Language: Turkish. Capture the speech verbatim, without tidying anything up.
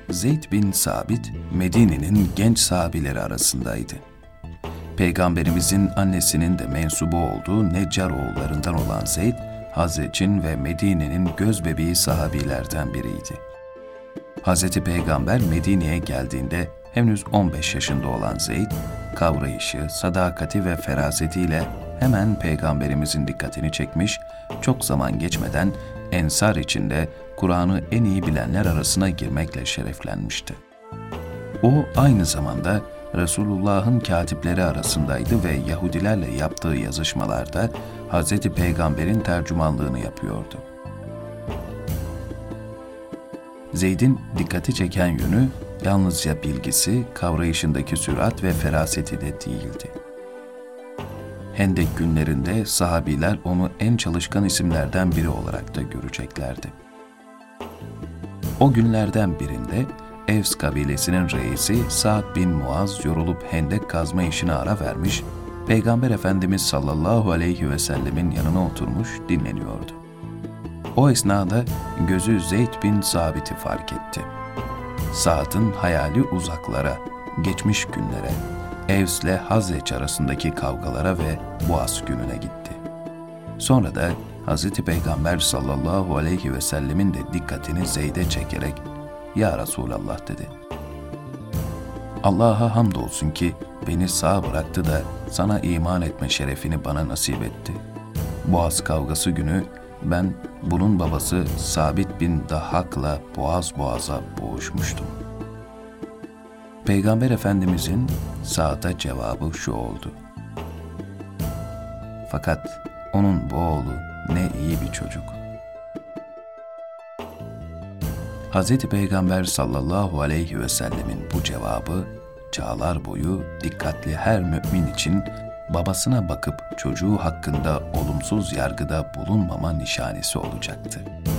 Zeyd bin Sabit, Medine'nin genç sahabileri arasındaydı. Peygamberimizin annesinin de mensubu olduğu Neccar oğullarından olan Zeyd, Hazrec'in ve Medine'nin gözbebeği sahabilerden biriydi. Hazreti Peygamber Medine'ye geldiğinde henüz on beş yaşında olan Zeyd, kavrayışı, sadakati ve ferasetiyle hemen Peygamberimizin dikkatini çekmiş, çok zaman geçmeden Ensar içinde Kur'an'ı en iyi bilenler arasına girmekle şereflenmişti. O aynı zamanda Resulullah'ın katipleri arasındaydı ve Yahudilerle yaptığı yazışmalarda Hazreti Peygamber'in tercümanlığını yapıyordu. Zeyd'in dikkati çeken yönü yalnızca bilgisi, kavrayışındaki sürat ve feraseti de değildi. Hendek günlerinde sahabiler onu en çalışkan isimlerden biri olarak da göreceklerdi. O günlerden birinde Evs kabilesinin reisi Sa'd bin Muaz yorulup hendek kazma işine ara vermiş, Peygamber Efendimiz sallallahu aleyhi ve sellemin yanına oturmuş dinleniyordu. O esnada gözü Zeyd bin Sabit'i fark etti. Sa'd'ın hayali uzaklara, geçmiş günlere, Evs ile Hazreç arasındaki kavgalara ve Boğaz gününe gitti. Sonra da Hazreti Peygamber sallallahu aleyhi ve sellemin de dikkatini Zeyd'e çekerek "Ya Resulallah" dedi. "Allah'a hamdolsun ki beni sağ bıraktı da sana iman etme şerefini bana nasip etti. Boğaz kavgası günü ben bunun babası Sabit bin Dahhak'la boğaz boğaza boğuşmuştum." Peygamber Efendimizin Sa'd'a cevabı şu oldu: "Fakat onun bu oğlu ne iyi bir çocuk." Hazreti Peygamber sallallahu aleyhi ve sellemin bu cevabı, çağlar boyu dikkatli her mümin için babasına bakıp çocuğu hakkında olumsuz yargıda bulunmama nişanesi olacaktı.